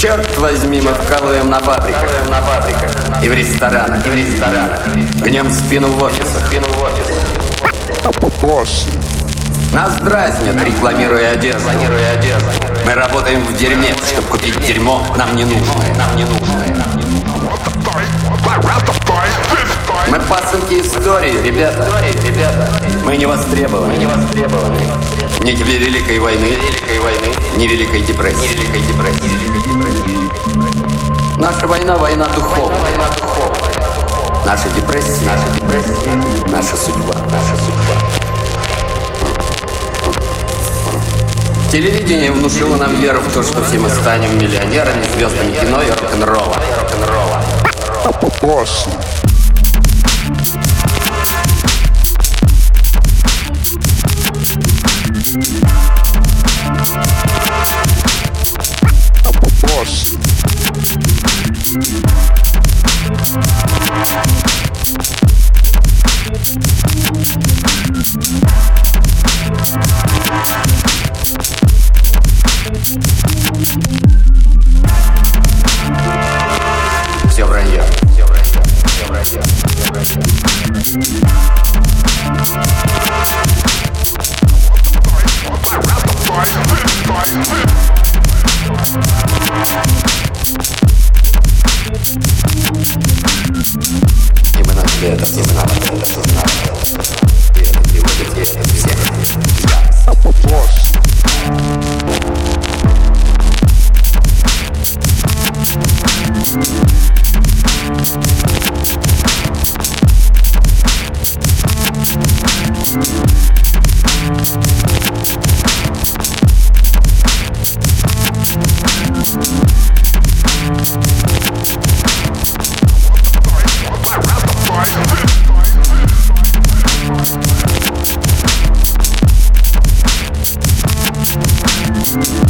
Черт возьми, мы вкалываем на фабриках, и в ресторанах, гнем спину в офисах. Нас дразнят, рекламируя одежду. Мы работаем в дерьме, чтобы купить дерьмо, нам не нужное. Мы пасынки истории, ребята. Мы не востребованы. Не тебе Великой войны, не Великой депрессии. Наша война — война духовная. Наша депрессия, наша судьба. Телевидение внушило нам веру в то, что все мы станем миллионерами, звездами кино и рок-н-ролла. Все вранье. И мы нашли это, и это приводит всех. Yeah.